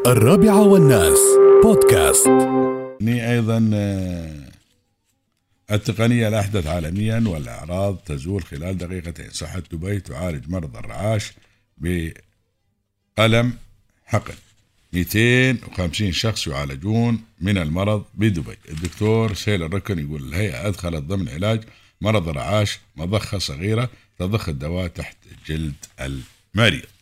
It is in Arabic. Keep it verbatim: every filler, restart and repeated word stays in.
الرابعة والناس بودكاست. أيضا التقنية الأحدث عالميا والأعراض تزول خلال دقيقتين. صحة دبي تعالج مرضى الرعاش بقلم حقن. مئتين وخمسين شخص يعالجون من المرض بدبي. الدكتور سهيل الركن يقول الهيئة أدخلت ضمن علاج مرض الرعاش مضخة صغيرة تضخ الدواء تحت جلد المريض.